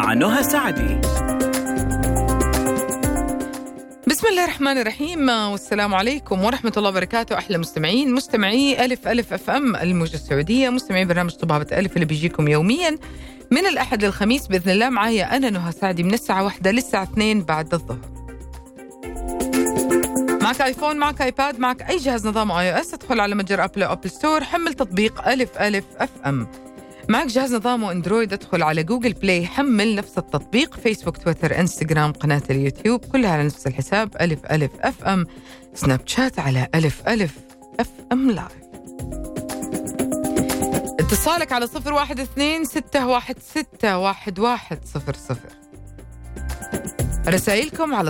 مع نهى سعدي. بسم الله الرحمن الرحيم، والسلام عليكم ورحمة الله وبركاته. أحلى مستمعي ألف أف أم الموجة السعودية، مستمعي برنامج طبابة ألف اللي بيجيكم يوميا من الأحد للخميس بإذن الله. معايا أنا نهى سعدي من الساعة 1 للساعة 2 بعد الظهر. معك آيفون، معك آيباد، معك أي جهاز نظام iOS، ادخل على متجر أبل أو أبل ستور، حمل تطبيق ألف أف أم. معك جهاز نظامه اندرويد، ادخل على جوجل بلاي، حمل نفس التطبيق. فيسبوك، تويتر، انستغرام، قناة اليوتيوب كلها على نفس الحساب ألف أف أم. سناب شات على ألف أف أم لايف. اتصالك على 012-616-1100. رسائلكم على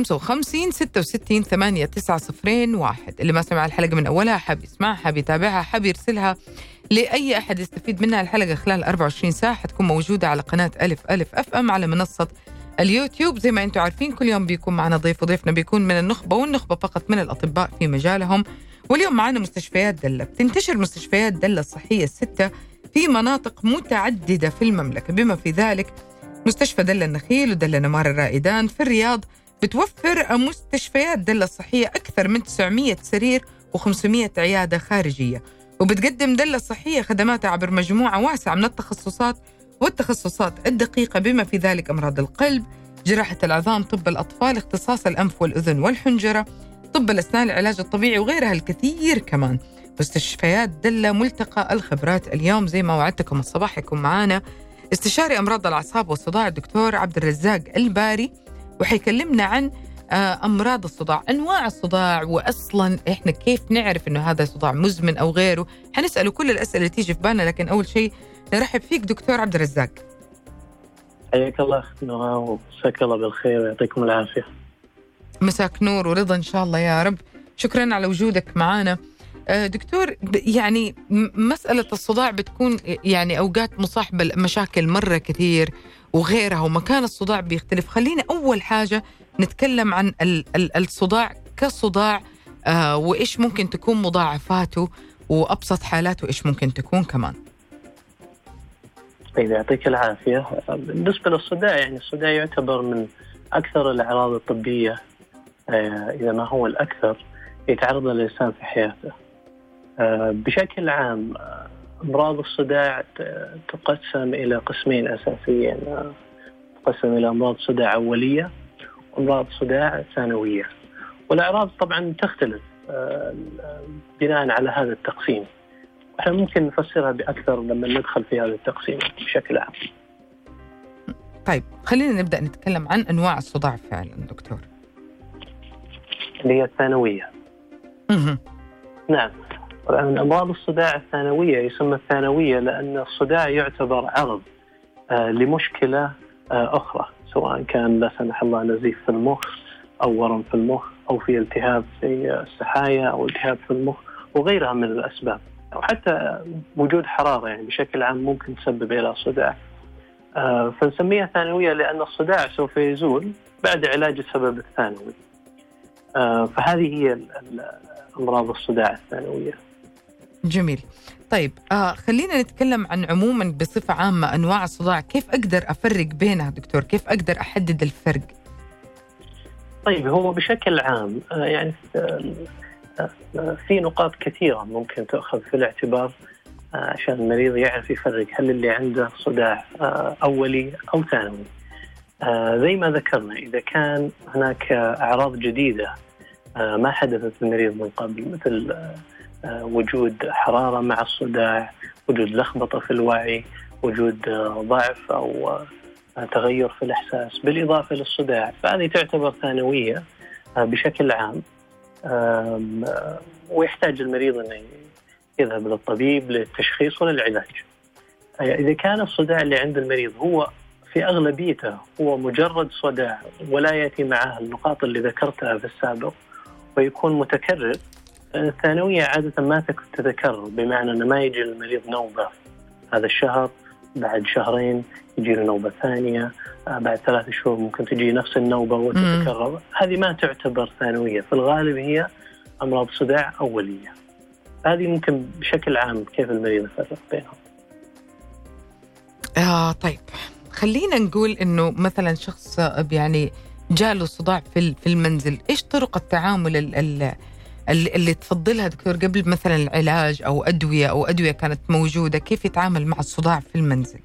055-66-89001. اللي ما سمع الحلقة من أولها، حاب يسمعها، حاب يتابعها، حاب يرسلها لأي أحد يستفيد منها. الحلقة خلال 24 ساعة حتكون موجودة على قناة ألف أف أم على منصة اليوتيوب. زي ما أنتم عارفين كل يوم بيكون معنا ضيف، وضيفنا بيكون من النخبة، والنخبة فقط من الأطباء في مجالهم. واليوم معنا مستشفيات دلة. بتنتشر مستشفيات دلة الصحية الستة في مناطق متعددة في المملكة، بما في ذلك مستشفى دلة النخيل ودلة نمار الرائدان. في الرياض بتوفر مستشفيات دلة الصحية أكثر من 900 سرير و500 عيادة خارجية، وبتقدم دلة الصحية خدماتها عبر مجموعة واسعة من التخصصات والتخصصات الدقيقة، بما في ذلك أمراض القلب، جراحة العظام، طب الأطفال، اختصاص الأنف والأذن والحنجرة، طب الأسنان، العلاج الطبيعي، وغيرها الكثير كمان. مستشفيات دلة ملتقى الخبرات. اليوم زي ما وعدتكم الصباح يكون معانا استشاري أمراض الأعصاب والصداع الدكتور عبد الرزاق الباري، وحيكلمنا عن أمراض الصداع، أنواع الصداع، وأصلاً إحنا كيف نعرف إنه هذا صداع مزمن أو غيره. حنسأله كل الأسئلة اللي تيجي في بالنا، لكن أول شيء نرحب فيك دكتور عبد الرزاق. حياك الله أخت نهى، ومساك الله بالخير ويعطيكم العافية. مساك نور ورضا إن شاء الله يا رب. شكراً على وجودك معنا دكتور. يعني مسألة الصداع بتكون يعني أوقات مصاحبة مشاكل مرة كثير وغيرها، ومكان الصداع بيختلف. خلينا أول حاجة نتكلم عن الصداع كصداع، وإيش ممكن تكون مضاعفاته، وأبسط حالاته إيش ممكن تكون كمان. طيب يعطيك العافية. بالنسبة للصداع، يعني الصداع يعتبر من أكثر الأعراض الطبية، إذا ما هو الأكثر، يتعرض الإنسان في حياته. بشكل عام أمراض الصداع تقسم إلى قسمين أساسيين، تقسم إلى أمراض صداع أولية وأمراض صداع ثانوية، والأعراض طبعا تختلف بناء على هذا التقسيم، وإحنا ممكن نفسرها بأكثر لما ندخل في هذا التقسيم بشكل عام. طيب خلينا نبدأ نتكلم عن أنواع الصداع فعلا دكتور. اللي هي الثانوية. نعم، من أمراض الصداع الثانوية يسمى الثانوية لأن الصداع يعتبر عرض لمشكلة أخرى، سواء كان لا سمح الله نزيف في المخ أو ورم في المخ أو في التهاب في السحايا أو التهاب في المخ وغيرها من الأسباب، أو حتى وجود حرارة يعني بشكل عام ممكن تسبب إلى صداع. فنسميها ثانوية لأن الصداع سوف يزول بعد علاج السبب الثانوي. فهذه هي أمراض الصداع الثانوية. جميل. طيب خلينا نتكلم عن عموما بصفة عامة أنواع الصداع، كيف أقدر أفرق بينها دكتور؟ كيف أقدر أحدد الفرق؟ طيب هو بشكل عام يعني في نقاط كثيرة ممكن تأخذ في الاعتبار عشان المريض يعرف يفرق هل اللي عنده صداع أولي أو ثانوي. زي ما ذكرنا، إذا كان هناك أعراض جديدة ما حدثت للمريض من قبل، مثل وجود حرارة مع الصداع، وجود لخبطة في الوعي، وجود ضعف أو تغير في الإحساس بالإضافة للصداع، فهذه تعتبر ثانوية بشكل عام، ويحتاج المريض أن يذهب للطبيب للتشخيص وللعلاج. إذا كان الصداع اللي عند المريض هو في أغلبيته هو مجرد صداع ولا يأتي معه النقاط اللي ذكرتها في السابق ويكون متكرر، الثانوية عادة ما تتكرر، بمعنى أنه ما يجي المريض نوبة هذا الشهر، بعد شهرين يجي له نوبة ثانية، بعد 3 شهور ممكن تجي نفس النوبة وتتكرر. هذه ما تعتبر ثانوية، في الغالب هي أمراض صداع أولية. هذه ممكن بشكل عام كيف المريض يفرق بينهم. طيب خلينا نقول إنه مثلا شخص يعني جاله صداع في المنزل، إيش طرق التعامل اللي تفضلها دكتور قبل مثلا العلاج أو أدوية كانت موجودة؟ كيف يتعامل مع الصداع في المنزل؟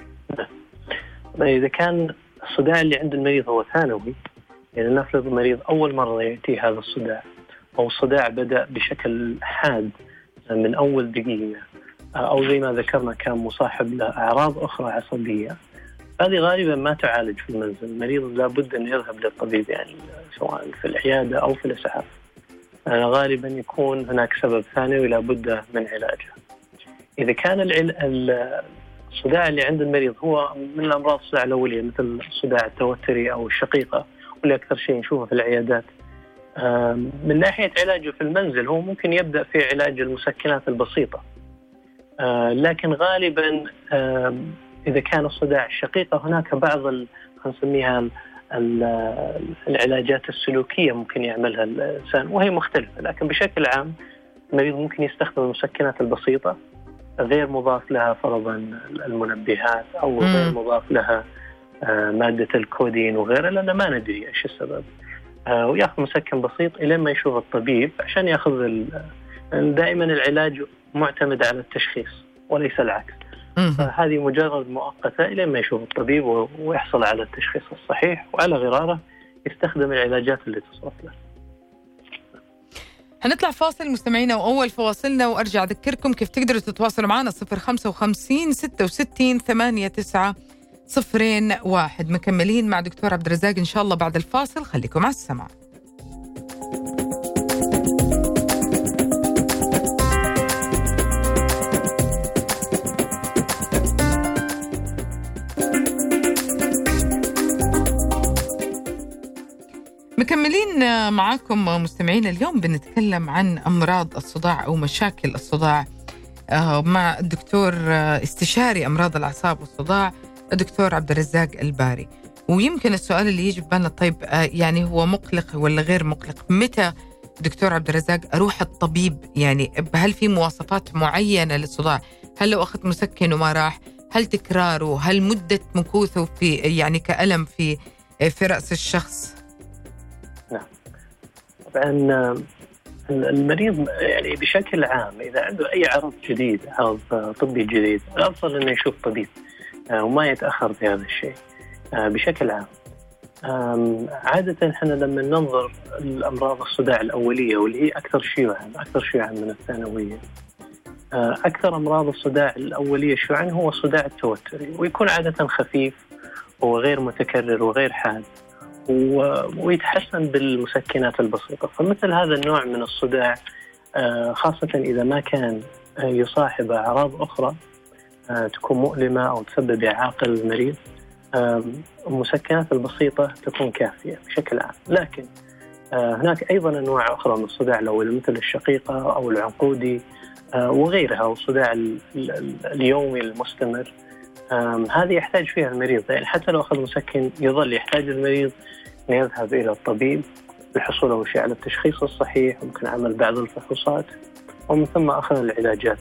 إذا كان الصداع اللي عند المريض هو ثانوي، يعني نفرض المريض أول مرة يأتي هذا الصداع، أو الصداع بدأ بشكل حاد من أول دقيقة، أو زي ما ذكرنا كان مصاحب لأعراض أخرى عصبية، هذه غالبا ما تعالج في المنزل. المريض لابد أن يذهب للطبيب، يعني سواء في العيادة أو في الإسعاف. غالبا يكون هناك سبب ثانوي لابد من علاجه. إذا كان الصداع اللي عند المريض هو من الأمراض الصداع الأولية مثل الصداع التوتري أو الشقيقة، واللي أكثر شيء نشوفه في العيادات، من ناحية علاجه في المنزل هو ممكن يبدأ في علاج المسكنات البسيطة، لكن غالبا إذا كان الصداع الشقيقة هناك بعض نسميها العلاجات السلوكية ممكن يعملها الإنسان، وهي مختلفة. لكن بشكل عام المريض ممكن يستخدم المسكنات البسيطة غير مضاف لها فرضا المنبهات، أو غير مضاف لها مادة الكودين وغيرها، لأن ما ندري إيش السبب، ويأخذ مسكن بسيط إلى ما يشوف الطبيب عشان يأخذ دائما العلاج معتمد على التشخيص وليس العكس. فهذه مجرد مؤقتة إلى ما يشوف الطبيب ويحصل على التشخيص الصحيح، وعلى غراره يستخدم العلاجات اللي تصرف له. هنطلع فاصل مستمعينا، وأول فواصلنا وأرجع أذكركم كيف تقدروا تتواصلوا معنا 055 66 89 01. مكملين مع دكتور عبد الرزاق إن شاء الله بعد الفاصل، خليكم على السمع. مكملين معاكم مستمعين. اليوم بنتكلم عن أمراض الصداع أو مشاكل الصداع مع الدكتور استشاري أمراض الأعصاب والصداع الدكتور عبد الرزاق الباري. ويمكن السؤال اللي يجي ببالنا، طيب يعني هو مقلق ولا غير مقلق؟ متى دكتور عبد الرزاق أروح الطبيب؟ يعني هل في مواصفات معينة للصداع؟ هل لو أخذت مسكن وما راح؟ هل تكراره؟ هل مدة مكوثه في يعني كألم في رأس الشخص؟ نعم، طبعا المريض يعني بشكل عام إذا عنده أي عرض جديد، عرض طبي جديد، الأفضل إنه يشوف طبيب وما يتأخر في هذا الشيء بشكل عام. عادة إحنا لما ننظر الأمراض الصداع الأولية واللي هي أكثر شيوعا من الثانوية، أكثر أمراض الصداع الأولية شيوعا هو الصداع التوتري، ويكون عادة خفيف وغير متكرر وغير حاد، ويتحسن بالمسكنات البسيطة. فمثل هذا النوع من الصداع خاصة إذا ما كان يصاحب أعراض أخرى تكون مؤلمة أو تسبب إعاقة للمريض، المسكنات البسيطة تكون كافية بشكل عام. لكن هناك أيضا أنواع أخرى من الصداع الأولي مثل الشقيقة أو العنقودي وغيرها، والصداع اليومي المستمر، هذه يحتاج فيها المريض، يعني حتى لو أخذ مسكن يظل يحتاج المريض أن يذهب إلى الطبيب للحصول أول شيء على التشخيص الصحيح، ممكن عمل بعض الفحوصات، ومن ثم أخذ العلاجات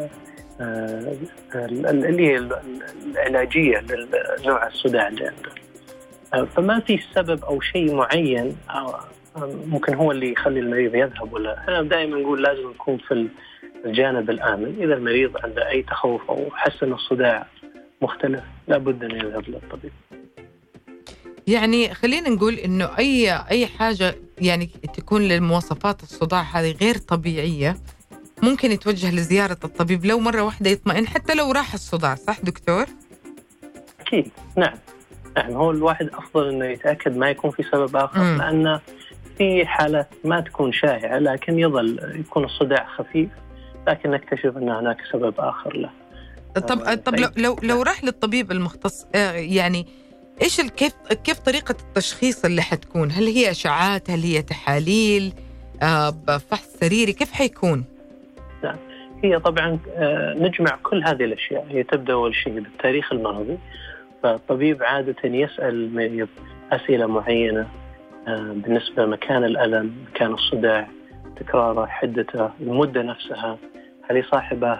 اللي هي العلاجية للنوع الصداع اللي عنده. فما في سبب أو شيء معين ممكن هو اللي يخلي المريض يذهب، ولا أنا دائما نقول لازم نكون في الجانب الآمن. إذا المريض عنده أي تخوف أو حس أن الصداع مختلف لابد أن يذهب للطبيب. يعني خلينا نقول إنه أي حاجة يعني تكون للمواصفات الصداع هذه غير طبيعية ممكن يتوجه لزيارة الطبيب لو مرة واحدة يطمئن، حتى لو راح الصداع. صح دكتور؟ أكيد، نعم. هو الواحد أفضل إنه يتأكد ما يكون في سبب آخر، لأن في حالات ما تكون شائعة لكن يظل يكون الصداع خفيف، لكن نكتشف أن هناك سبب آخر له. طب لو راح للطبيب المختص، يعني إيش كيف طريقة التشخيص اللي حتكون؟ هل هي أشعات؟ هل هي تحاليل؟ بفحص سريري؟ كيف حيكون؟ نعم، هي طبعا نجمع كل هذه الأشياء. هي تبدأ أول شيء بالتاريخ المرضي، فالطبيب عادة يسأل المريض أسئلة معينة بالنسبة لمكان الألم، مكان الصداع، تكراره، حدته، المدة نفسها، هل يصاحبه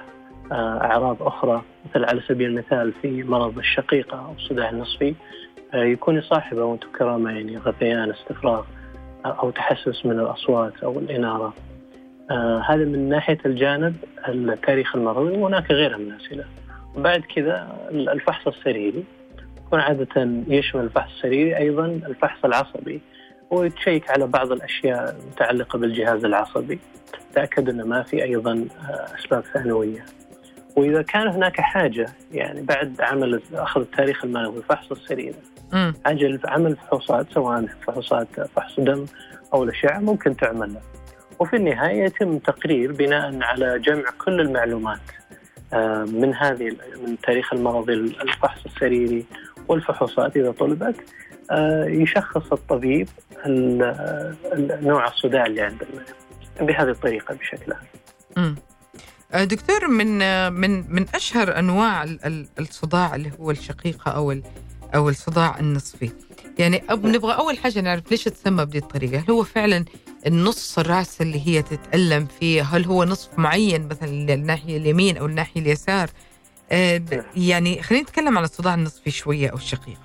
أعراض أخرى، مثل على سبيل المثال في مرض الشقيقة أو الصداع النصفي يكون يصاحبه وأنتم كرامة يعني غثيان، استفراغ، أو تحسس من الأصوات أو الإنارة. هذا من ناحية الجانب التاريخ المرضي، وهناك غيرها من الأسئلة. وبعد كذا الفحص السريري يكون عادة يشمل الفحص السريري أيضا الفحص العصبي، ويتشيك على بعض الأشياء المتعلقة بالجهاز العصبي، تأكد أن ما في أيضا أسباب ثانوية. وإذا كان هناك حاجة يعني بعد عمل أخذ التاريخ المرضي والفحص السريري حاجة عمل فحوصات، سواء فحص دم أو الأشعة، ممكن تعملها. وفي النهاية يتم تقرير بناء على جمع كل المعلومات من التاريخ المرضي، الفحص السريري والفحوصات إذا طلبت، يشخص الطبيب نوع الصداع اللي عند المريض بهذه الطريقة بشكل عام. دكتور، من أشهر أنواع الصداع اللي هو الشقيقة أو الصداع النصفي، يعني نبغى أول حاجة نعرف ليش تسمى بهذه الطريقة. هل هو فعلا النص الرأس اللي هي تتألم فيه؟ هل هو نصف معين مثلا الناحية اليمين أو الناحية اليسار؟ يعني خلينا نتكلم عن الصداع النصفي شوية أو الشقيقة.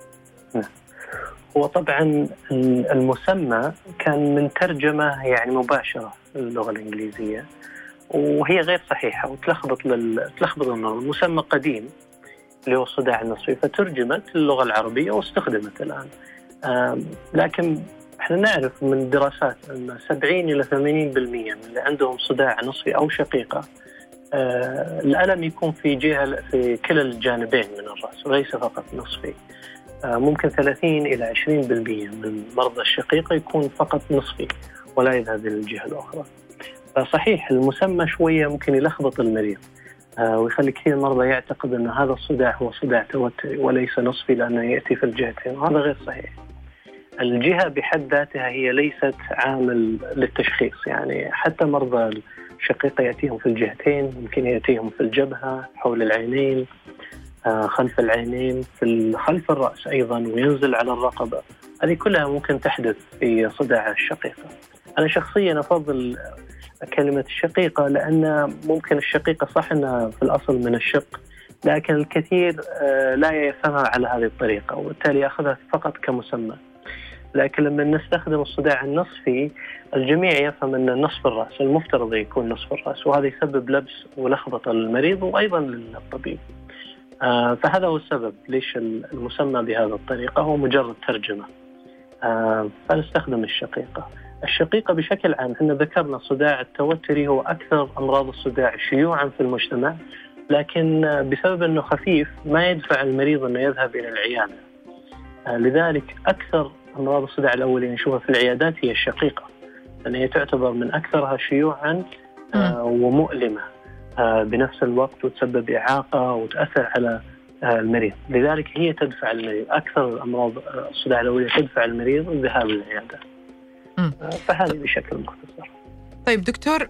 هو طبعا المسمى كان من ترجمة يعني مباشرة للغة الإنجليزية، وهي غير صحيحة وتلخبط المسمى قديم اللي هو الصداع النصفي، فترجمت للغة العربية واستخدمت الآن. لكن احنا نعرف من دراسات أن 70 إلى 80% من اللي عندهم صداع نصفي أو شقيقة الألم يكون في كلا الجانبين من الرأس وليس فقط نصفي. ممكن 30 إلى 20% من مرضى الشقيقة يكون فقط نصفي ولا يذهب إلى الجهة الأخرى. فصحيح المسمى شوية ممكن يلخبط المريض ويخلي كثير مرضى يعتقد أن هذا الصداع هو صداع توتري وليس نصفي لأنه يأتي في الجهتين، وهذا غير صحيح. الجهة بحد ذاتها هي ليست عامل للتشخيص، يعني حتى مرضى الشقيقة يأتيهم في الجهتين، ممكن يأتيهم في الجبهة، حول العينين، خلف العينين، خلف الرأس أيضا، وينزل على الرقبة. هذه كلها ممكن تحدث في صداع الشقيقة. أنا شخصيا أفضل كلمة الشقيقة، لأن ممكن الشقيقة صح أنها في الأصل من الشق، لكن الكثير لا يفهمها على هذه الطريقة وبالتالي يأخذها فقط كمسمى. لكن لما نستخدم الصداع النصفي الجميع يفهم أن نصف الرأس المفترض يكون نصف الرأس، وهذا يسبب لبس ولخبطة للمريض وأيضا للطبيب. فهذا هو السبب ليش المسمى بهذه الطريقة، هو مجرد ترجمة. فنستخدم الشقيقة بشكل عام. احنا ذكرنا الصداع التوتري هو أكثر أمراض الصداع شيوعا في المجتمع، لكن بسبب أنه خفيف ما يدفع المريض أنه يذهب إلى العيادة. لذلك أكثر أمراض الصداع الأول اللي نشوفها في العيادات هي الشقيقة، لأن هي تعتبر من أكثرها شيوعا ومؤلمة بنفس الوقت، وتسبب إعاقة وتأثر على المريض. لذلك هي تدفع المريض، أكثر أمراض الصداع الأولية تدفع المريض الذهاب للعيادة. فهذه بشكل مختصر. طيب دكتور،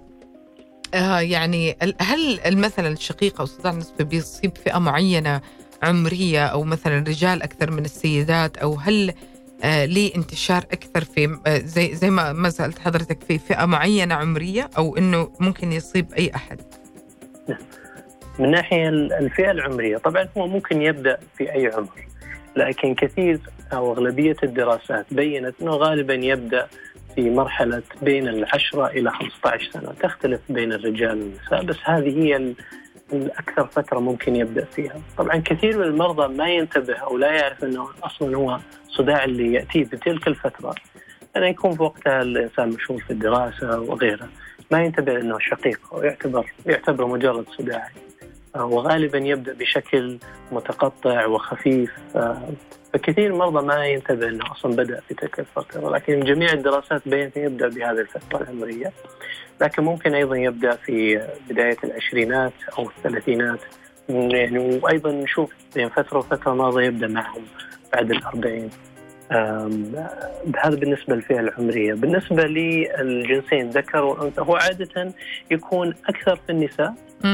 يعني هل مثلا الشقيقة أو الصداع النصفي بيصيب فئة معينة عمرية، أو مثلا رجال أكثر من السيدات، أو هل ليه انتشار أكثر في زي ما سألت حضرتك في فئة معينة عمرية، أو إنه ممكن يصيب أي أحد؟ من ناحية الفئة العمرية طبعا هو ممكن يبدأ في أي عمر، لكن كثير أو أغلبية الدراسات بيّنت أنه غالبا يبدأ في مرحلة بين 10 إلى 15 سنة، تختلف بين الرجال والنساء، بس هذه هي الأكثر فترة ممكن يبدأ فيها. طبعا كثير من المرضى ما ينتبه أو لا يعرف أنه أصلا هو صداع اللي يأتيه بتلك الفترة، لأنه يكون في وقتها الإنسان مشغول في الدراسة وغيره، ما ينتبه أنه شقيق ويعتبر مجرد صداع، وغالبا يبدأ بشكل متقطع وخفيف. فكثير مرضى ما ينتبه أنه أصلا بدأ في تلك الفترة، لكن جميع الدراسات بيّنت يبدأ بهذه الفترة العمرية، لكن ممكن أيضا يبدأ في بداية العشرينات أو الثلاثينات يعني، وأيضا نشوف بين فترة وفترة مرضى يبدأ معهم بعد 40. هذا بالنسبة للفئة العمرية. بالنسبة للجنسين ذكر وأنثى هو عادة يكون أكثر في النساء،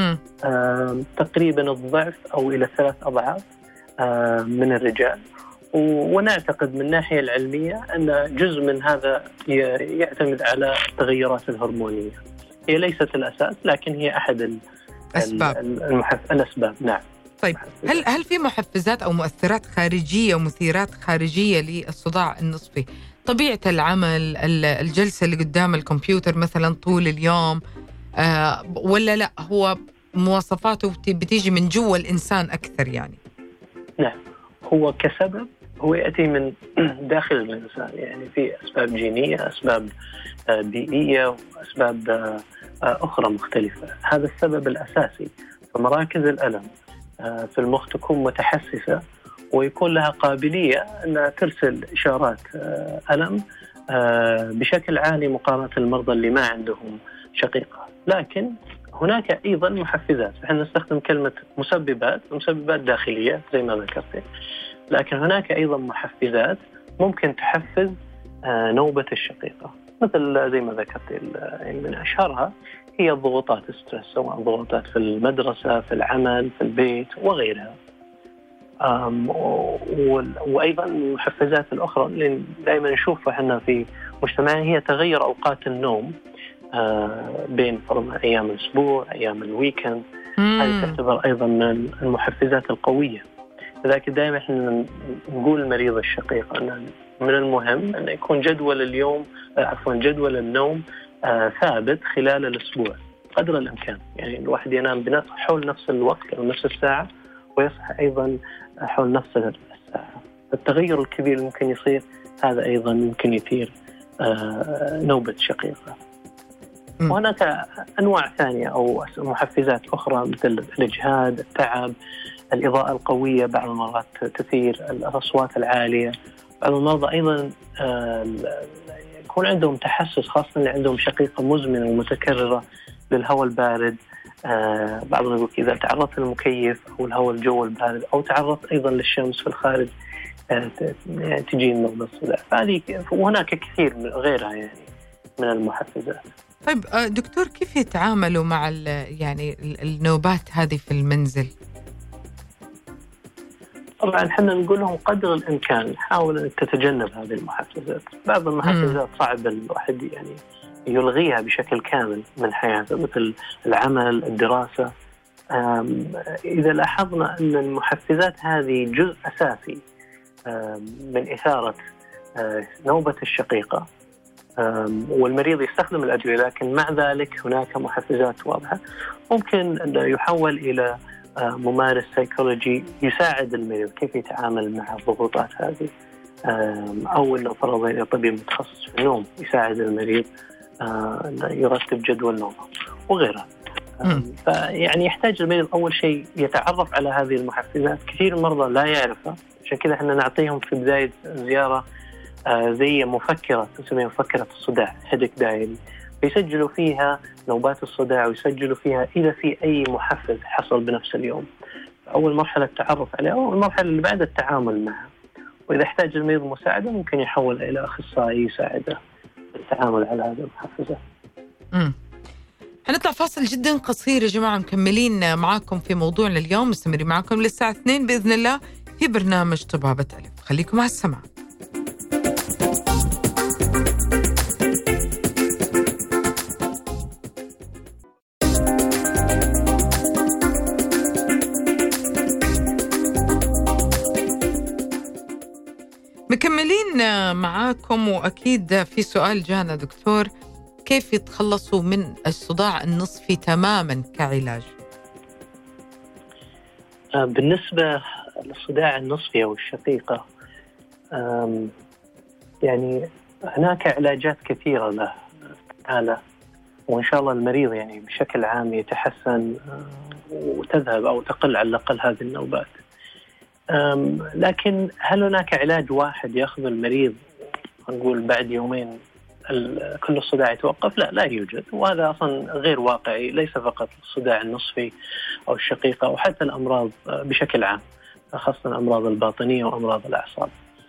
تقريبا الضعف أو إلى 3 أضعاف من الرجال. ونعتقد من الناحية العلمية أن جزء من هذا يعتمد على التغيرات الهرمونية، هي ليست الأساس لكن هي أحد الأسباب. نعم. طيب هل في محفزات أو مؤثرات خارجية ومثيرات خارجية للصداع النصفي؟ طبيعة العمل، الجلسة اللي قدام الكمبيوتر مثلا طول اليوم، ولا لا هو مواصفاته بتيجي من جوا الإنسان أكثر يعني؟ نعم، هو كسبب هو يأتي من داخل الإنسان، يعني في أسباب جينية، أسباب بيئية، وأسباب أخرى مختلفة. هذا السبب الأساسي. فمراكز الألم في المخ تكون متحسسة، ويكون لها قابلية أنها ترسل إشارات ألم بشكل عالي مقارنة المرضى اللي ما عندهم شقيقة. لكن هناك أيضا محفزات، نحن نستخدم كلمة مسببات داخلية زي ما ذكرت، لكن هناك أيضا محفزات ممكن تحفز نوبة الشقيقة، مثل زي ما ذكرت يعني من أشهرها هي الضغوطات، ستريس، سواء ضغوطات في المدرسة، في العمل، في البيت وغيرها. وأيضا المحفزات الأخرى اللي دائما نشوفها احنا في مجتمعنا هي تغير أوقات النوم بين فرضا أيام الأسبوع، أيام الويكند. هذه تعتبر أيضا من المحفزات القوية. لذلك دائما احنا نقول المريض الشقيق أن من المهم أن يكون جدول النوم ثابت خلال الأسبوع قدر الإمكان. يعني الواحد ينام حول نفس الوقت أو نفس الساعة، ويصحى أيضا حول نفس الساعة. التغير الكبير ممكن يصير، هذا أيضا ممكن يثير نوبة شقيقة. وهناك أنواع ثانية أو محفزات أخرى مثل الإجهاد، التعب، الإضاءة القوية، بعض المرات تثير الأصوات العالية. بعض المرضى أيضا يكون عندهم تحسس، خاصة اللي عندهم شقيقة مزمنة ومتكررة للهواء البارد. بعضهم يقول إذا تعرضت للمكيف أو الهواء الجو البارد أو تعرضت أيضا للشمس في الخارج تجي نوبة الصداع. وهناك كثير من غيرها يعني من المحفزات. طيب دكتور، كيف يتعاملوا مع يعني النوبات هذه في المنزل؟ طبعا احنا نقول لهم قدر الإمكان حاول أن تتجنب هذه المحفزات. بعض المحفزات صعب الواحد يعني يلغيها بشكل كامل من حياته، مثل العمل، الدراسة. إذا لاحظنا أن المحفزات هذه جزء أساسي من إثارة نوبة الشقيقة، والمريض يستخدم الأدوية، لكن مع ذلك هناك محفزات واضحة، ممكن أن يحول إلى ممارس سيكولوجي يساعد المريض كيف يتعامل مع الضغوطات هذه، أو أنه فرضا إلى طبيب متخصص في النوم يساعد المريض يرتب جدول نومه وغيرها. فيعني يحتاج المريض أول شيء يتعرف على هذه المحفزات. كثير من المرضى لا يعرفها، عشان كذا احنا نعطيهم في بداية الزيارة زي مفكرة تسميها مفكرة الصداع، هيدك دايري، يسجلوا فيها نوبات الصداع ويسجلوا فيها إذا في أي محفز حصل بنفس اليوم. أول مرحلة التعرف عليها، والمرحلة اللي بعد التعامل معها. وإذا احتاج المريض مساعدة ممكن يحول إلى أخصائي يساعده في التعامل على هذه المحفزات. هنطلع فاصل جدا قصير يا جماعة، مكملين معاكم في موضوعنا اليوم، مستمرين معاكم للساعة 2 بإذن الله في برنامج طبابة ألف. خليكم على السماع. مكملين معاكم، وأكيد في سؤال جانا دكتور، كيف يتخلصوا من الصداع النصفي تماما كعلاج؟ بالنسبة للصداع النصفي أو الشقيقة، يعني هناك علاجات كثيرة له، وإن شاء الله المريض يعني بشكل عام يتحسن وتذهب أو تقل على الأقل هذه النوبات. لكن هل هناك علاج واحد يأخذ المريض نقول بعد يومين كل الصداع يتوقف؟ لا يوجد، وهذا أصلا غير واقعي، ليس فقط الصداع النصفي أو الشقيقة أو حتى الأمراض بشكل عام، خاصة الأمراض الباطنية وأمراض الأعصاب.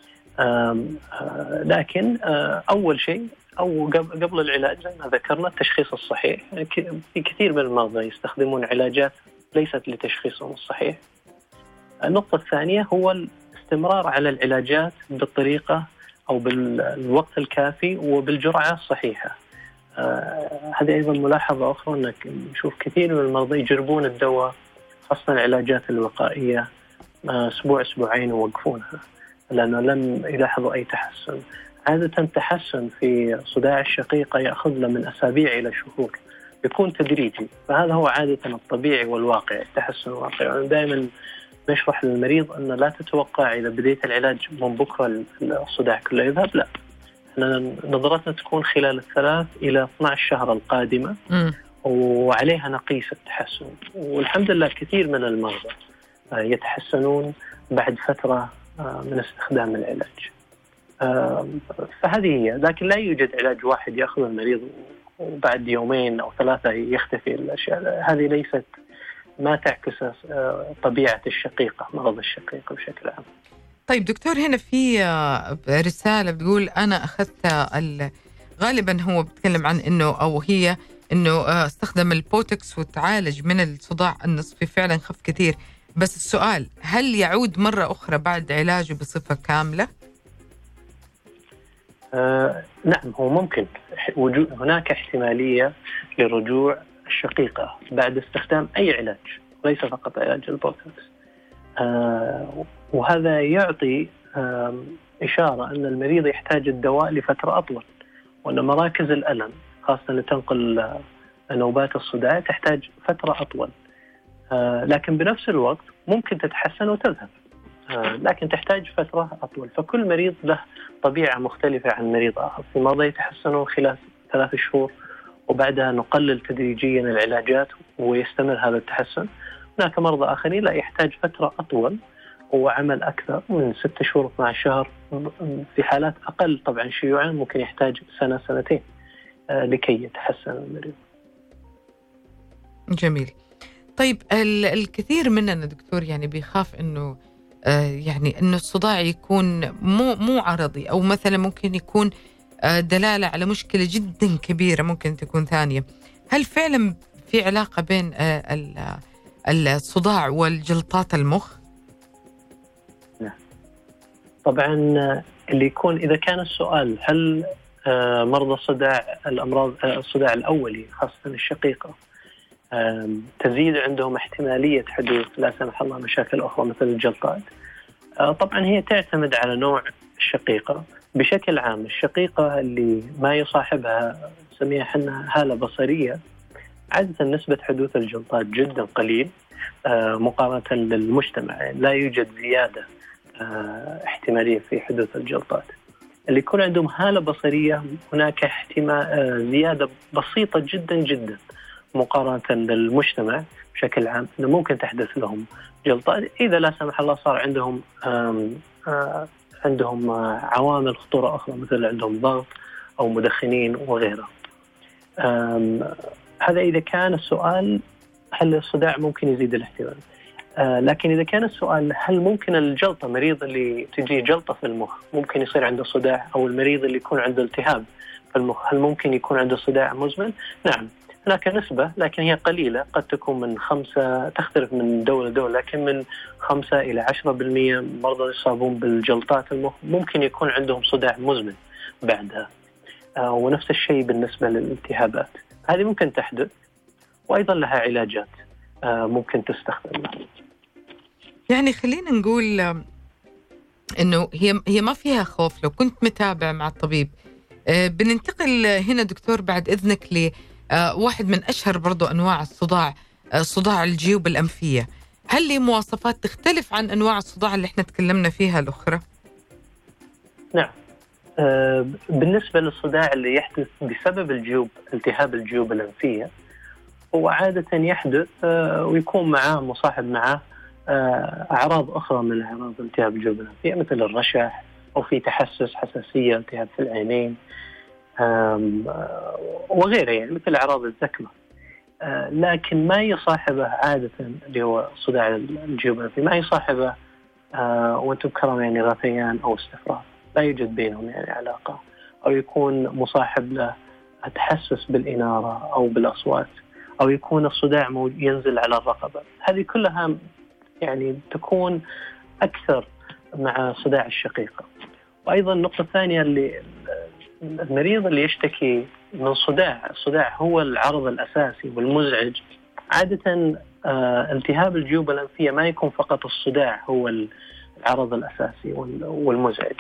لكن أول شيء أو قبل العلاج زي ما ذكرنا التشخيص الصحيح. في كثير من المرضى يستخدمون علاجات ليست لتشخيصهم الصحيح. النقطة الثانية هو الاستمرار على العلاجات بالطريقة أو بالوقت الكافي وبالجرعة الصحيحة. هذه أيضا ملاحظة أخرى، أنك نشوف كثير من المرضى يجربون الدواء خاصة العلاجات الوقائية أسبوع أسبوعين ويوقفونها لأنه لم يلاحظوا أي تحسن. عادة التحسن في صداع الشقيقة يأخذ له من أسابيع إلى شهور، يكون تدريجي، فهذا هو عادة الطبيعي والواقع، التحسن الواقعي. يعني دائما نشرح للمريض أن لا تتوقع إذا بديت العلاج من بكرة الصداع كله يذهب، لا، احنا نظرتنا تكون خلال 3 إلى 12 شهر القادمة وعليها نقيس التحسن. والحمد لله كثير من المرضى يتحسنون بعد فترة من استخدام العلاج. فهذه هي، لكن لا يوجد علاج واحد يأخذ المريض وبعد 2 أو 3 يختفي الأشياء. هذه ليست، ما تعكس طبيعة الشقيقة، مرض الشقيقة بشكل عام. طيب دكتور، هنا في رسالة بتقول أنا أخذت غالبا هو بتكلم عن إنه أو هي إنه استخدم البوتوكس وتعالج من الصداع النصفي، فعلا خف كثير، بس السؤال هل يعود مرة أخرى بعد علاجه بصفة كاملة؟ نعم، هو ممكن هناك احتمالية لرجوع الشقيقة بعد استخدام أي علاج، ليس فقط علاج البوتوكس. وهذا يعطي إشارة أن المريض يحتاج الدواء لفترة أطول، وأن مراكز الألم خاصة لتنقل نوبات الصداع تحتاج فترة أطول. لكن بنفس الوقت ممكن تتحسن وتذهب، لكن تحتاج فترة أطول. فكل مريض له طبيعة مختلفة عن مريض آخر. في مرضى يتحسنون خلال 3 شهور وبعدها نقلل تدريجيا العلاجات ويستمر هذا التحسن. هناك مرضى آخرين لا، يحتاج فترة أطول وعمل أكثر من 6 شهور 12 شهر. في حالات أقل طبعا شيوعا ممكن يحتاج 1 2 لكي يتحسن المريض. جميل. طيب الكثير مننا دكتور يعني بيخاف إنه يعني إنه الصداع يكون مو عرضي، أو مثلا ممكن يكون دلالة على مشكلة جدا كبيرة ممكن تكون ثانية. هل فعلا في علاقة بين الصداع والجلطات المخ؟ طبعا اللي يكون إذا كان السؤال هل مرضى الصداع الصداع الأولي خاصة الشقيقة تزيد عندهم احتمالية حدوث لا سمح الله مشاكل أخرى مثل الجلطات، طبعا هي تعتمد على نوع الشقيقة. بشكل عام الشقيقة اللي ما يصاحبها نسميها احنا هالة بصرية، عادة نسبة حدوث الجلطات جدا قليل مقارنة للمجتمع، يعني لا يوجد زيادة احتمالية في حدوث الجلطات. اللي يكون عندهم هالة بصرية هناك احتمال زيادة بسيطة جدا جدا مقارنة للمجتمع بشكل عام، إنه ممكن تحدث لهم جلطات إذا لا سمح الله صار عندهم عوامل خطورة أخرى مثل عندهم ضغط أو مدخنين وغيرها. هذا إذا كان السؤال هل الصداع ممكن يزيد الاحتمال. لكن إذا كان السؤال هل ممكن الجلطة، مريض اللي تجي جلطة في المخ ممكن يصير عنده صداع، أو المريض اللي يكون عنده التهاب في المخ هل ممكن يكون عنده صداع مزمن؟ نعم، هناك نسبة لكن هي قليلة، قد تكون من 5، تختلف من دولة لدولة، لكن من 5 إلى 10% مرضى يصابون بالجلطات المخ ممكن يكون عندهم صداع مزمن بعدها. ونفس الشيء بالنسبة للالتهابات، هذه ممكن تحدث وأيضا لها علاجات ممكن تستخدم. يعني خلينا نقول إنه هي ما فيها خوف لو كنت متابع مع الطبيب. بننتقل هنا دكتور بعد إذنك واحد من أشهر برضو أنواع الصداع، صداع الجيوب الأنفية. هل لي مواصفات تختلف عن أنواع الصداع اللي احنا تكلمنا فيها الأخرى؟ نعم، بالنسبة للصداع اللي يحدث بسبب التهاب الجيوب الأنفية، هو عادة يحدث ويكون مصاحب معه أعراض أخرى من أعراض التهاب الجيوب الأنفية مثل الرشح، أو في تحسس، حساسية، التهاب في العينين وغيره، يعني مثل أعراض الزكمة. لكن ما يصاحبه عادة اللي هو صداع الجيوب الأنفية ما يصاحبه وانتم بكرم يعني غثيان أو استفراغ، لا يوجد بينهم يعني علاقة، أو يكون مصاحب له تحسس بالإنارة أو بالأصوات، أو يكون الصداع ينزل على الرقبة. هذه كلها يعني تكون أكثر مع صداع الشقيقة. وأيضا النقطة الثانية اللي المريض اللي يشتكي من الصداع هو العرض الأساسي والمزعج. عادة التهاب الجيوب الأنفية ما يكون فقط الصداع هو العرض الأساسي والمزعج.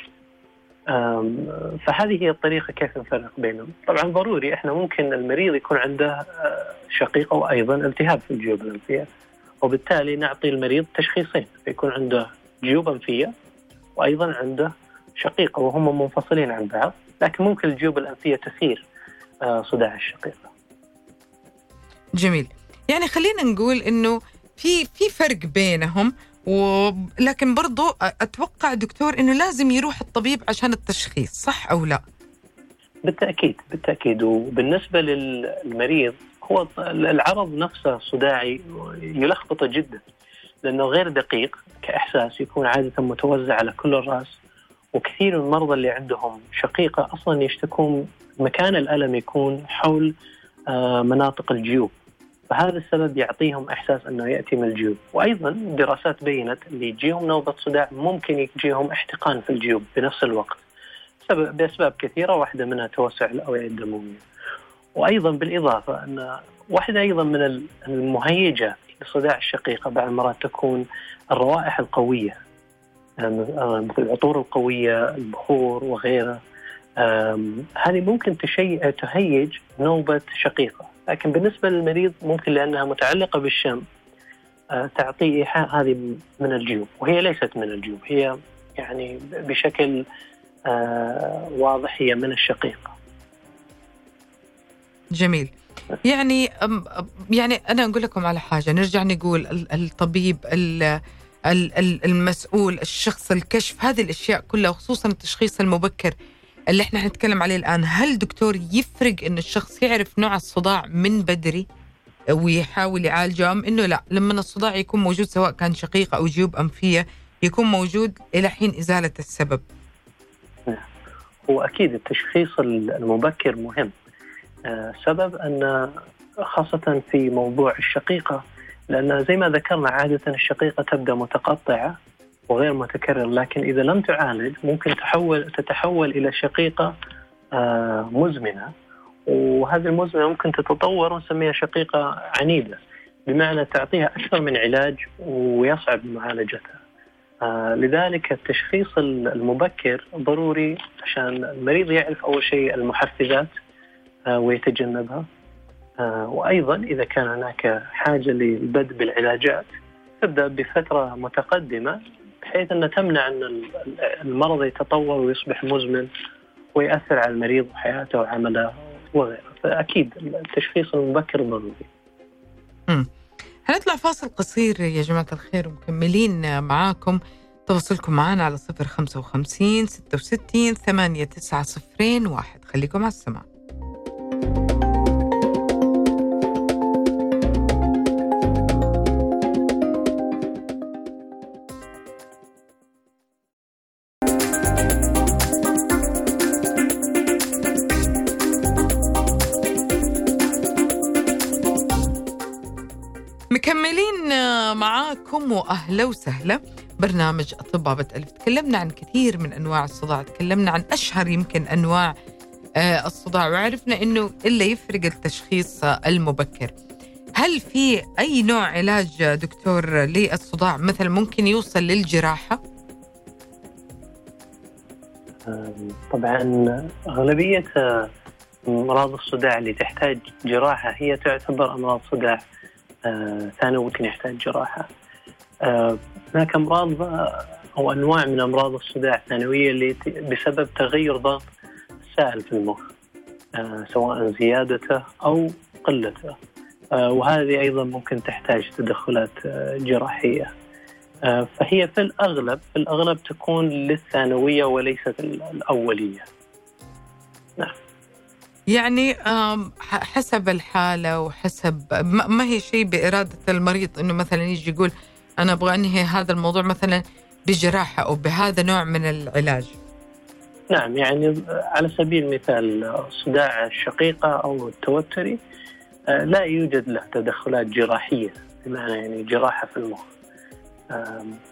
فهذه هي الطريقة كيف نفرق بينهم. طبعا ضروري إحنا ممكن المريض يكون عنده شقيقة وأيضا التهاب في الجيوب الأنفية، وبالتالي نعطي المريض تشخيصين، يكون عنده جيوب أنفية وأيضا عنده شقيقة وهم منفصلين عن بعض، لكن ممكن الجيوب الأنفية تثير صداع الشقيقة. جميل. يعني خلينا نقول إنه في فرق بينهم، ولكن برضو أتوقع دكتور إنه لازم يروح الطبيب عشان التشخيص، صح أو لا؟ بالتأكيد. وبالنسبة للمريض هو العرض نفسه صداعي يلخبطه جدا، لأنه غير دقيق كإحساس، يكون عادة متوزع على كل الرأس. وكثير من المرضى اللي عندهم شقيقة أصلا يشتكون مكان الألم يكون حول مناطق الجيوب، فهذا السبب يعطيهم إحساس أنه يأتي من الجيوب. وأيضا دراسات بينت اللي يجيهم نوبة صداع ممكن يجيهم احتقان في الجيوب بنفس الوقت بأسباب كثيرة، واحدة منها توسع الأوعية الدموية. وأيضا بالإضافة أن واحدة أيضا من المهيجة لصداع الشقيقة بعض المرات تكون الروائح القوية، مثل العطور القوية، البخور وغيرها. هذه ممكن تهيج نوبة شقيقة، لكن بالنسبة للمريض ممكن لأنها متعلقة بالشم تعطي إيحاء هذه من الجيوب، وهي ليست من الجيوب، هي يعني بشكل واضح هي من الشقيقة. جميل. يعني أنا أقول لكم على حاجة، نرجع نقول الطبيب المسؤول، الشخص، الكشف، هذه الأشياء كلها، وخصوصا التشخيص المبكر اللي احنا حنتكلم عليه الآن. هل دكتور يفرق إن الشخص يعرف نوع الصداع من بدري ويحاول يعالجه، أم إنه لا، لما الصداع يكون موجود سواء كان شقيقة أو جيوب أنفية يكون موجود إلى حين إزالة السبب؟ هو أكيد التشخيص المبكر مهم. سبب أن خاصة في موضوع الشقيقة، لأن زي ما ذكرنا عادة الشقيقة تبدأ متقطعة وغير متكرر، لكن إذا لم تعالج ممكن تتحول إلى شقيقة مزمنة، وهذه المزمنة ممكن تتطور ونسميها شقيقة عنيدة، بمعنى تعطيها أكثر من علاج ويصعب معالجتها. لذلك التشخيص المبكر ضروري عشان المريض يعرف أول شيء المحفزات ويتجنبها، وأيضا إذا كان هناك حاجة للبدء بالعلاجات تبدأ بفترة متقدمة بحيث أن تمنع أن المرض يتطور ويصبح مزمن ويأثر على المريض وحياته وعمله وغيره. فأكيد التشخيص المبكر ضروري. هنطلع فاصل قصير يا جماعة الخير ومكملين معاكم. تواصلكم معنا على 055 66 8901. خليكم على السماع. مكملين معاكم وأهلا وسهلا. برنامج أطباء بتألف. تكلمنا عن كثير من أنواع الصداع، تكلمنا عن أشهر يمكن أنواع الصداع، وعرفنا أنه إلا يفرق التشخيص المبكر. هل في أي نوع علاج دكتور للصداع مثلا ممكن يوصل للجراحة؟ طبعا أغلبية أمراض الصداع اللي تحتاج جراحة هي تعتبر أمراض صداع ثانوي ممكن يحتاج جراحة. هناك أمراض أو أنواع من أمراض الصداع الثانوية اللي بسبب تغير ضغط السائل في المخ، سواء زيادته أو قلته، وهذه أيضا ممكن تحتاج تدخلات جراحية. فهي في الأغلب تكون للثانوية وليست الأولية. نعم. يعني حسب الحالة وحسب ما هي شيء بإرادة المريض إنه مثلا يجي يقول أنا أبغى أنهي هذا الموضوع مثلا بجراحة أو بهذا نوع من العلاج. نعم، يعني على سبيل المثال صداع الشقيقة أو التوتري لا يوجد له تدخلات جراحية، بمعنى يعني جراحة في المخ،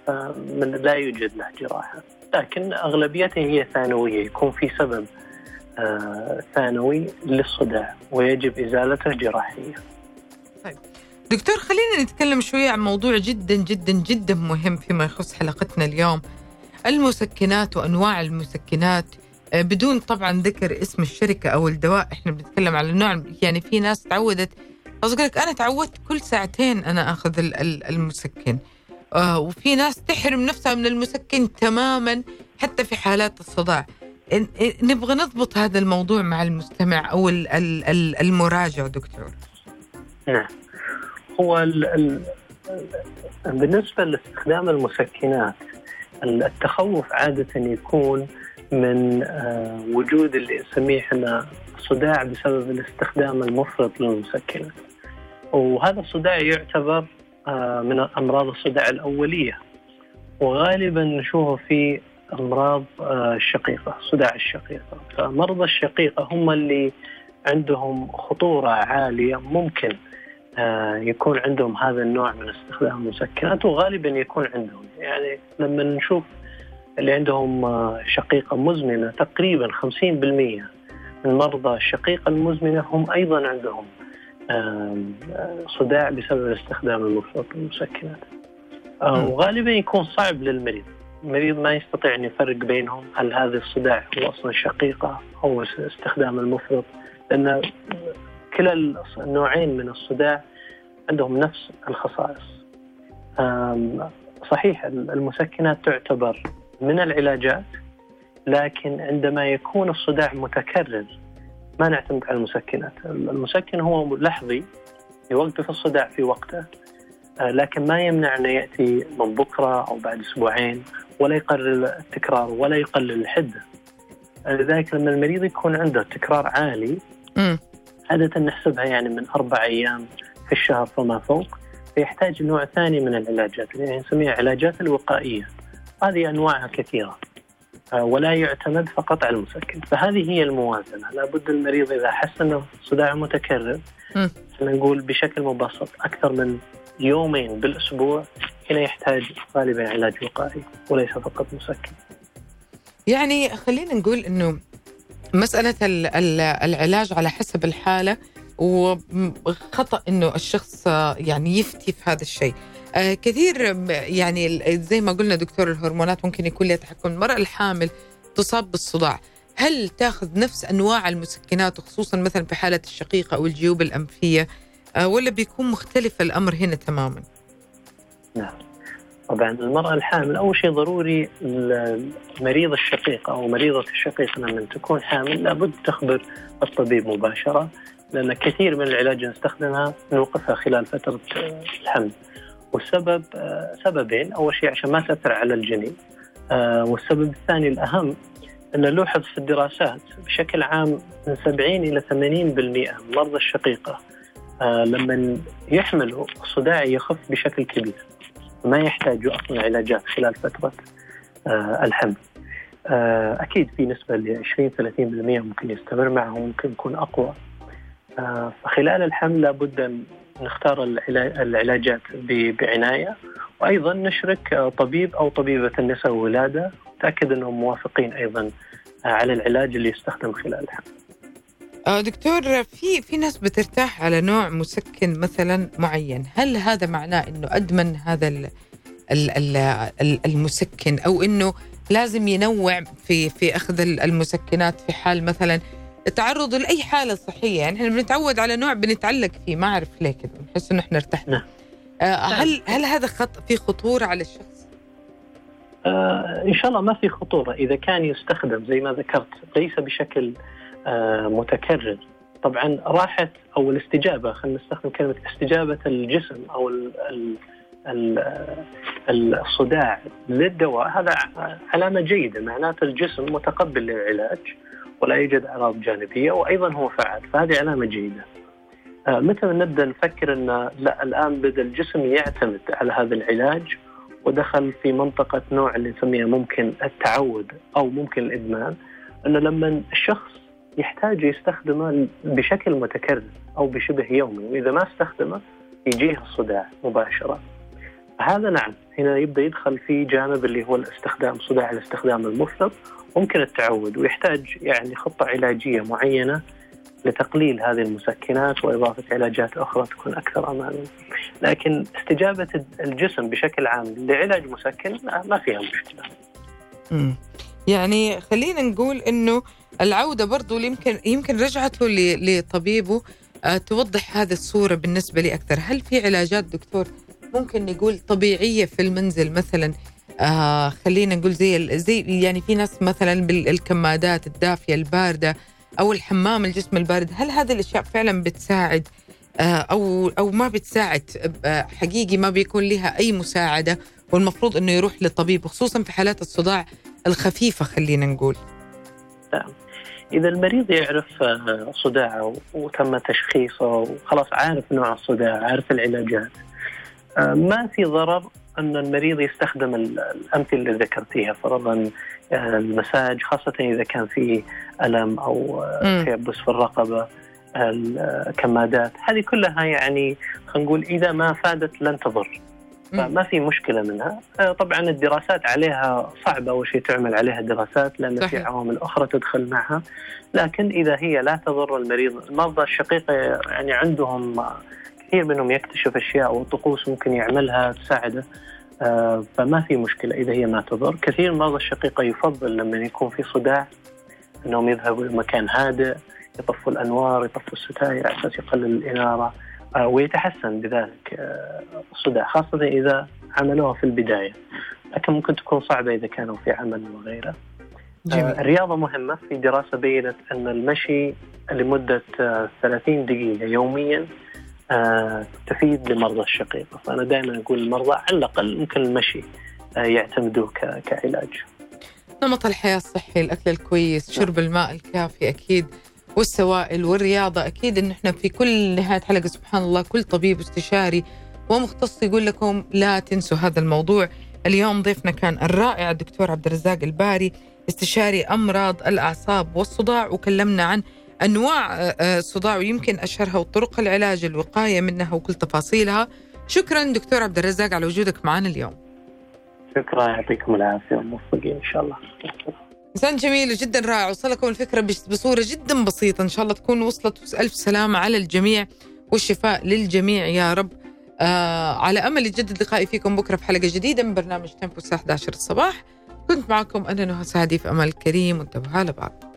لا يوجد له جراحة، لكن أغلبيته هي ثانوية، يكون في سبب ثانوي للصداع ويجب إزالته جراحيا. طيب دكتور، خلينا نتكلم شوية عن موضوع جدا جدا جدا مهم فيما يخص حلقتنا اليوم، المسكنات وأنواع المسكنات، بدون طبعا ذكر اسم الشركة أو الدواء. إحنا بنتكلم على النوع. يعني في ناس تعودت، أقول لك أنا تعودت كل ساعتين أنا أخذ المسكن، وفي ناس تحرم نفسها من المسكن تماما حتى في حالات الصداع. نبغى نضبط هذا الموضوع مع المستمع أو المراجع دكتور. نعم، هو بالنسبة لاستخدام المسكنات التخوف عادة يكون من وجود اللي نسميه احنا صداع بسبب الاستخدام المفرط للمسكنات، وهذا الصداع يعتبر من أمراض الصداع الأولية، وغالبا نشوفه في أمراض الشقيقة، صداع الشقيقة. فمرضى الشقيقة هم اللي عندهم خطورة عالية، ممكن يكون عندهم هذا النوع من استخدام المسكنات، وغالبا يكون عندهم. يعني لما نشوف اللي عندهم شقيقة مزمنة، تقريبا 50% من مرضى الشقيقة المزمنة هم أيضا عندهم صداع بسبب استخدام المفرط للمسكنات. وغالبا يكون صعب للمريض، المريض ما يستطيع أن يفرق بينهم، هل هذا الصداع هو أصلا شقيقة أو استخدام المفرط، لأن كلا النوعين من الصداع عندهم نفس الخصائص. صحيح المسكنات تعتبر من العلاجات، لكن عندما يكون الصداع متكرر ما نعتمد على المسكنات. المسكن هو لحظي يوقف الصداع في وقته، لكن ما يمنع أن يأتي من بكرة أو بعد أسبوعين، ولا يقلل التكرار ولا يقلل الحدة. لذلك لما المريض يكون عنده تكرار عالي، عادة نحسبها يعني من 4 أيام في الشهر فما فوق، فيحتاج نوع ثاني من العلاجات اللي نسميها علاجات الوقائية. هذه أنواعها كثيرة، ولا يعتمد فقط على المسكن. فهذه هي الموازنة. لابد المريض إذا حس أنه صداع متكرر، نقول بشكل مبسط أكثر من 2 يوم بالأسبوع، هنا يحتاج غالبا علاج وقائي وليس فقط مسكن. يعني خلينا نقول أنه مسألة العلاج على حسب الحالة، وخطأ أنه الشخص يعني يفتي في هذا الشيء. كثير يعني زي ما قلنا دكتور، الهرمونات ممكن يكون لها تحكم. المرأة الحامل تصاب بالصداع، هل تأخذ نفس أنواع المسكنات، خصوصا مثلا في حالة الشقيقة أو الجيوب الأنفية، ولا بيكون مختلف الأمر هنا تماما؟ نعم، طبعا المرأة الحامل أول شيء ضروري مريض الشقيقة أو مريضة الشقيقة لما تكون حامل لابد تخبر الطبيب مباشرة، لأن كثير من العلاج نستخدمها نوقفها خلال فترة الحمل. والسبب سببين، أول شيء عشان ما تأثر على الجنين، والسبب الثاني الأهم أن نلاحظ في الدراسات بشكل عام من 70 إلى 80% من مرضى الشقيقة لما يحملوا الصداع يخف بشكل كبير، ما يحتاجوا أصلا علاجات خلال فترة الحمل. أكيد في نسبة ل 20-30% ممكن يستمر معهم، ممكن يكون أقوى. فخلال الحمل لابد أن نختار العلاجات بعناية، وأيضا نشرك طبيب أو طبيبة النساء والولادة، تأكد أنهم موافقين أيضا على العلاج اللي يستخدم خلال الحمل. دكتور، في ناس بترتاح على نوع مسكن مثلا معين، هل هذا معناه أنه أدمن هذا المسكن، أو أنه لازم ينوع في أخذ المسكنات في حال مثلا التعرض لأي حالة صحية؟ يعني احنا بنتعود على نوع بنتعلق فيه، ما أعرف ليه كده بنحس إنه احنا ارتحنا. هل هذا في خطورة على الشخص؟ إن شاء الله ما في خطورة إذا كان يستخدم زي ما ذكرت ليس بشكل متكرر. طبعا راحة أو الاستجابة، خلينا نستخدم كلمة استجابة الجسم أو الصداع للدواء، هذا علامة جيدة، معناته الجسم متقبل للعلاج ولا يوجد أعراض جانبية، وأيضا هو فعال، فهذه علامة جيدة. متى نبدأ نفكر أن لا الآن بدأ الجسم يعتمد على هذا العلاج ودخل في منطقة نوع اللي نسميها ممكن التعود أو ممكن الإدمان، أنه لما الشخص يحتاج يستخدمه بشكل متكرر أو بشبه يومي، وإذا ما استخدمه يجيه الصداع مباشرة. هذا نعم، هنا يبدأ يدخل في جانب اللي هو صداع الاستخدام المفرط، ممكن التعود ويحتاج يعني خطة علاجية معينة لتقليل هذه المسكنات وإضافة علاجات أخرى تكون أكثر أمانا. لكن استجابة الجسم بشكل عام لعلاج مسكن ما فيها مشكلة. يعني خلينا نقول إنه العودة برضو يمكن رجعته لطبيبه توضح هذه الصورة بالنسبة لي أكثر. هل في علاجات دكتور ممكن نقول طبيعية في المنزل مثلا؟ خلينا نقول زي يعني في ناس مثلا بالكمادات الدافية الباردة أو الحمام الجسم البارد، هل هذه الأشياء فعلا بتساعد أو ما بتساعد؟ حقيقي ما بيكون لها أي مساعدة والمفروض أنه يروح للطبيب، خصوصا في حالات الصداع الخفيفة خلينا نقول. إذا المريض يعرف صداعه وتم تشخيصه وخلاص عارف نوع الصداع، عارف العلاجات، ما في ضرر أن المريض يستخدم الأمثلة اللي ذكرتيها، فرضا المساج، خاصة إذا كان في ألم أو تيبس في الرقبة، الكمادات، هذه كلها يعني خلينا نقول إذا ما فادت لن تضر، فما في مشكلة منها. طبعا الدراسات عليها صعبة، أول شيء تعمل عليها دراسات لأن في عوامل أخرى تدخل معها، لكن إذا هي لا تضر المريض، المرضى الشقيقة يعني عندهم كثير منهم يكتشف أشياء وطقوس ممكن يعملها تساعده، فما في مشكلة إذا هي ما تضر. كثير من مرضى الشقيقة يفضل لما يكون في صداع أنهم يذهبوا لمكان هادئ، يطفوا الأنوار، يطفوا الستاير على أساس يقلل الإنارة، ويتحسن بذلك الصداع، خاصة إذا عملوها في البداية، لكن ممكن تكون صعبة إذا كانوا في عمل وغيره. الرياضة مهمة. في دراسة بيّنت أن المشي لمدة 30 دقيقة يوميا تفيد لمرضى الشقيقة، فأنا دائما أقول للمرضى على الأقل ممكن المشي يعتمدوه كعلاج. نمط الحياة الصحي، الأكل الكويس، شرب الماء الكافي أكيد، والسوائل والرياضة أكيد. إن إحنا في كل نهاية حلقة سبحان الله كل طبيب استشاري ومختص يقول لكم لا تنسوا هذا الموضوع. اليوم ضيفنا كان الرائع الدكتور عبد الرزاق الباري، استشاري أمراض الأعصاب والصداع، وكلمنا عن أنواع الصداع ويمكن أشهرها وطرق العلاج، الوقاية منها وكل تفاصيلها. شكرا دكتور عبد الرزاق على وجودك معنا اليوم. شكرا، يعطيكم العافية وموفقين إن شاء الله. إنسان جميل وجدا رائع، وصلكم الفكرة بصورة جدا بسيطة، إن شاء الله تكون وصلت. ألف سلامة على الجميع والشفاء للجميع يا رب. على أمل يجدد لقائي فيكم بكرة في حلقة جديدة من برنامج تيمبو الساعة 11 الصباح. كنت معكم أنا نهى سعدي في أمل الكريم، وانتبهوا على بعض.